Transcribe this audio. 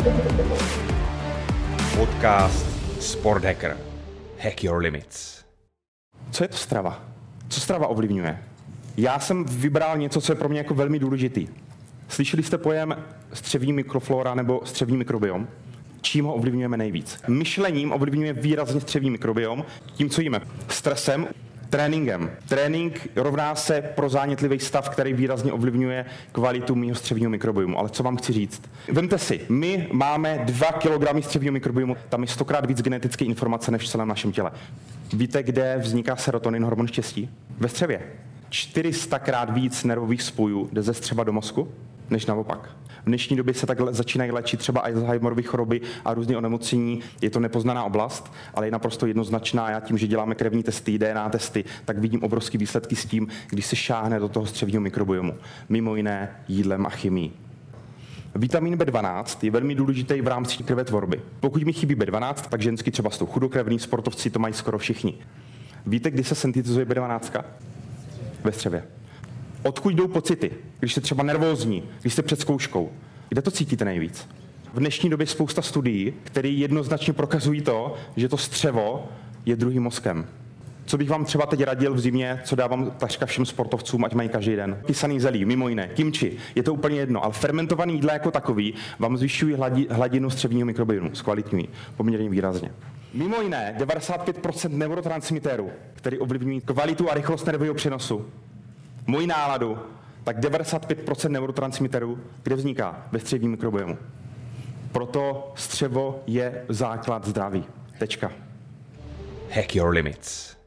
Podcast Sport Hacker. Hack your limits. Co je to strava? Co strava ovlivňuje? Já jsem vybral něco, co je pro mě jako velmi důležitý. Slyšeli jste pojem střevní mikroflora nebo střevní mikrobiom? Čím ho ovlivňujeme nejvíc? Myšlením ovlivňuje výrazně střevní mikrobiom, tím, co jíme. Stresem, tréninkem. Trénink rovná se prozánětlivý stav, který výrazně ovlivňuje kvalitu mýho střevního mikrobiomu. Ale co vám chci říct? Vemte si, my máme 2 kg střevního mikrobiomu, tam je 100krát víc genetické informace než v celém našem těle. Víte, kde vzniká serotonin, hormon štěstí? Ve střevě. 400krát víc nervových spojů jde ze střeva do mozku, než naopak. V dnešní době se tak začínají léčit třeba Alzheimerovy choroby a různé onemocnění. Je to nepoznaná oblast, ale je naprosto jednoznačná. Já tím, že děláme krevní testy, DNA testy, tak vidím obrovské výsledky s tím, když se šáhne do toho střevního mikrobiomu. Mimo jiné jídlem a chemií. Vitamin B12 je velmi důležitý v rámci krvetvorby. Pokud mi chybí B12, tak žensky třeba jsou chudokrevní, sportovci to mají skoro všichni. Víte, kdy se syntetizuje B12? Ve střevě. Odkud jdou pocity? Když jste třeba nervózní, když jste před zkouškou. Kde to cítíte nejvíc? V dnešní době spousta studií, které jednoznačně prokazují to, že to střevo je druhým mozkem. Co bych vám třeba teď radil v zimě, co dávám takřka všem sportovcům, ať mají každý den. Kysaný zelí, mimo jiné, kimči, je to úplně jedno, ale fermentovaný jídla jako takový vám zvyšují hladinu střevního mikrobiomu, zkvalitňují poměrně výrazně. Mimo jiné, 95% neurotransmitérů, který ovlivňují kvalitu a rychlost nervového přenosu, moji náladu, tak 95% neurotransmitterů, kde vzniká? Ve střevním mikrobiomu. Proto střevo je základ zdraví. Tečka. Hack your limits.